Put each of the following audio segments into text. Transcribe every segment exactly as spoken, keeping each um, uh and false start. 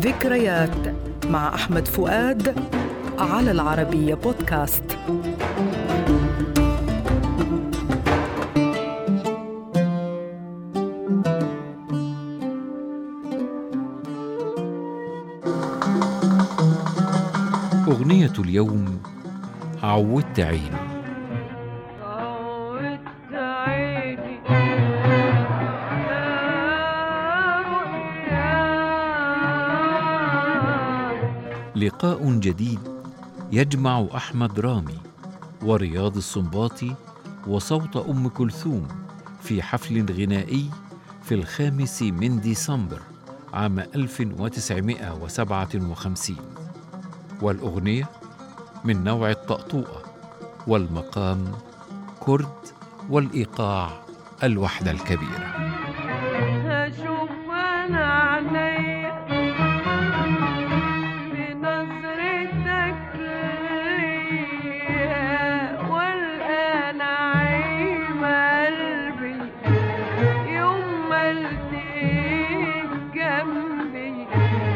ذكريات مع أحمد فؤاد على العربية بودكاست. أغنية اليوم عودت عيني. لقاء جديد يجمع أحمد رامي ورياض السنباطي وصوت أم كلثوم في حفل غنائي في الخامس من ديسمبر عام ألف وتسعمائة وسبعة وخمسين، والأغنية من نوع الطأطوئة، والمقام كرد، والإيقاع الوحدة الكبيرة. هشوف أنا عيني بنظرتك ليا، والآن عايم قلبي يوم ما التقيت جنبي،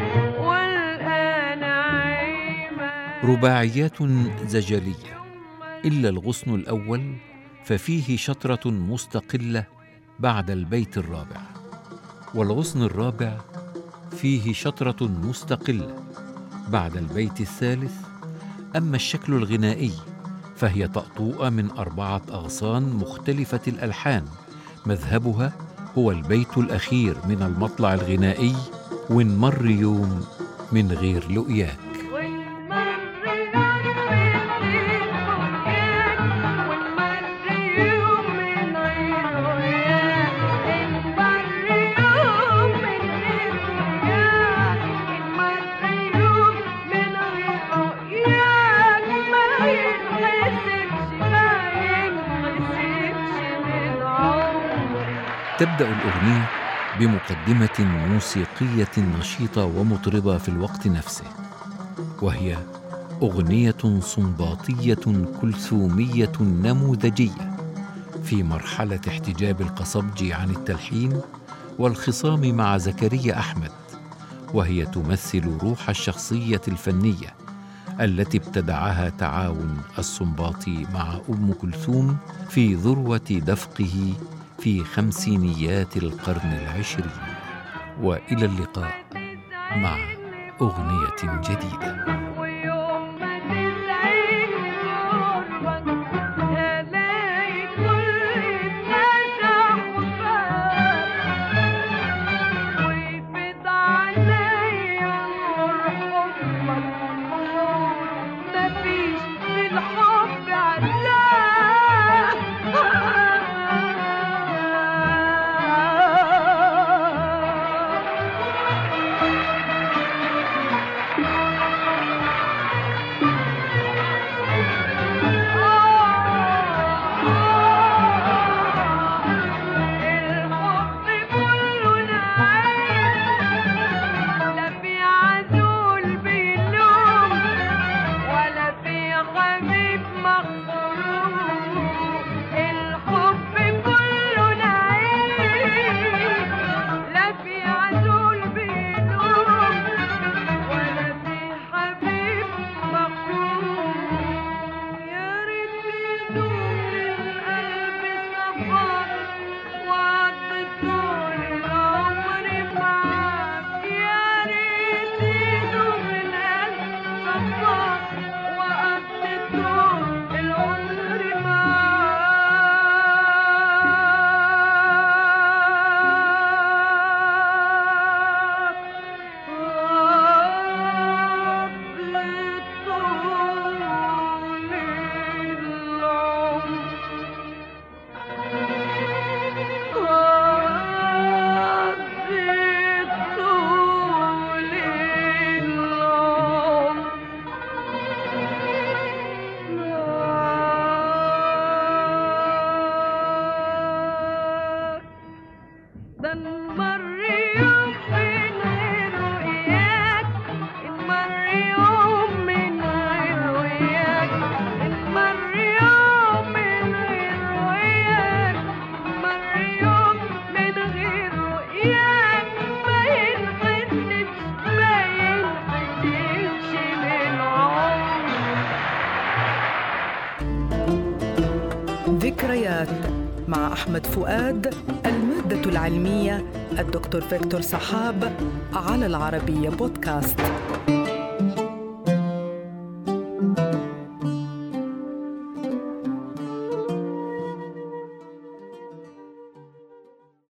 والآن عايم. رباعيات زجلية، إلا الغصن الأول ففيه شطرة مستقلة بعد البيت الرابع، والغصن الرابع فيه شطرة مستقلة بعد البيت الثالث. أما الشكل الغنائي فهي طأطوئة من أربعة أغصان مختلفة الألحان، مذهبها هو البيت الأخير من المطلع الغنائي، وإن مر يوم من غير لقياك. تبدأ الأغنية بمقدمة موسيقية نشيطة ومطربة في الوقت نفسه، وهي أغنية صنباطية كلثومية نموذجية في مرحلة احتجاب القصبجي عن التلحين والخصام مع زكريا أحمد، وهي تمثل روح الشخصية الفنية التي ابتدعها تعاون السنباطي مع أم كلثوم في ذروة دفقه في خمسينيات القرن العشرين. وإلى اللقاء مع أغنية جديدة. يا ما ينحسبش باين ذكريات مع أحمد فؤاد. المادة العلمية الدكتور فيكتور سحاب على العربية بودكاست.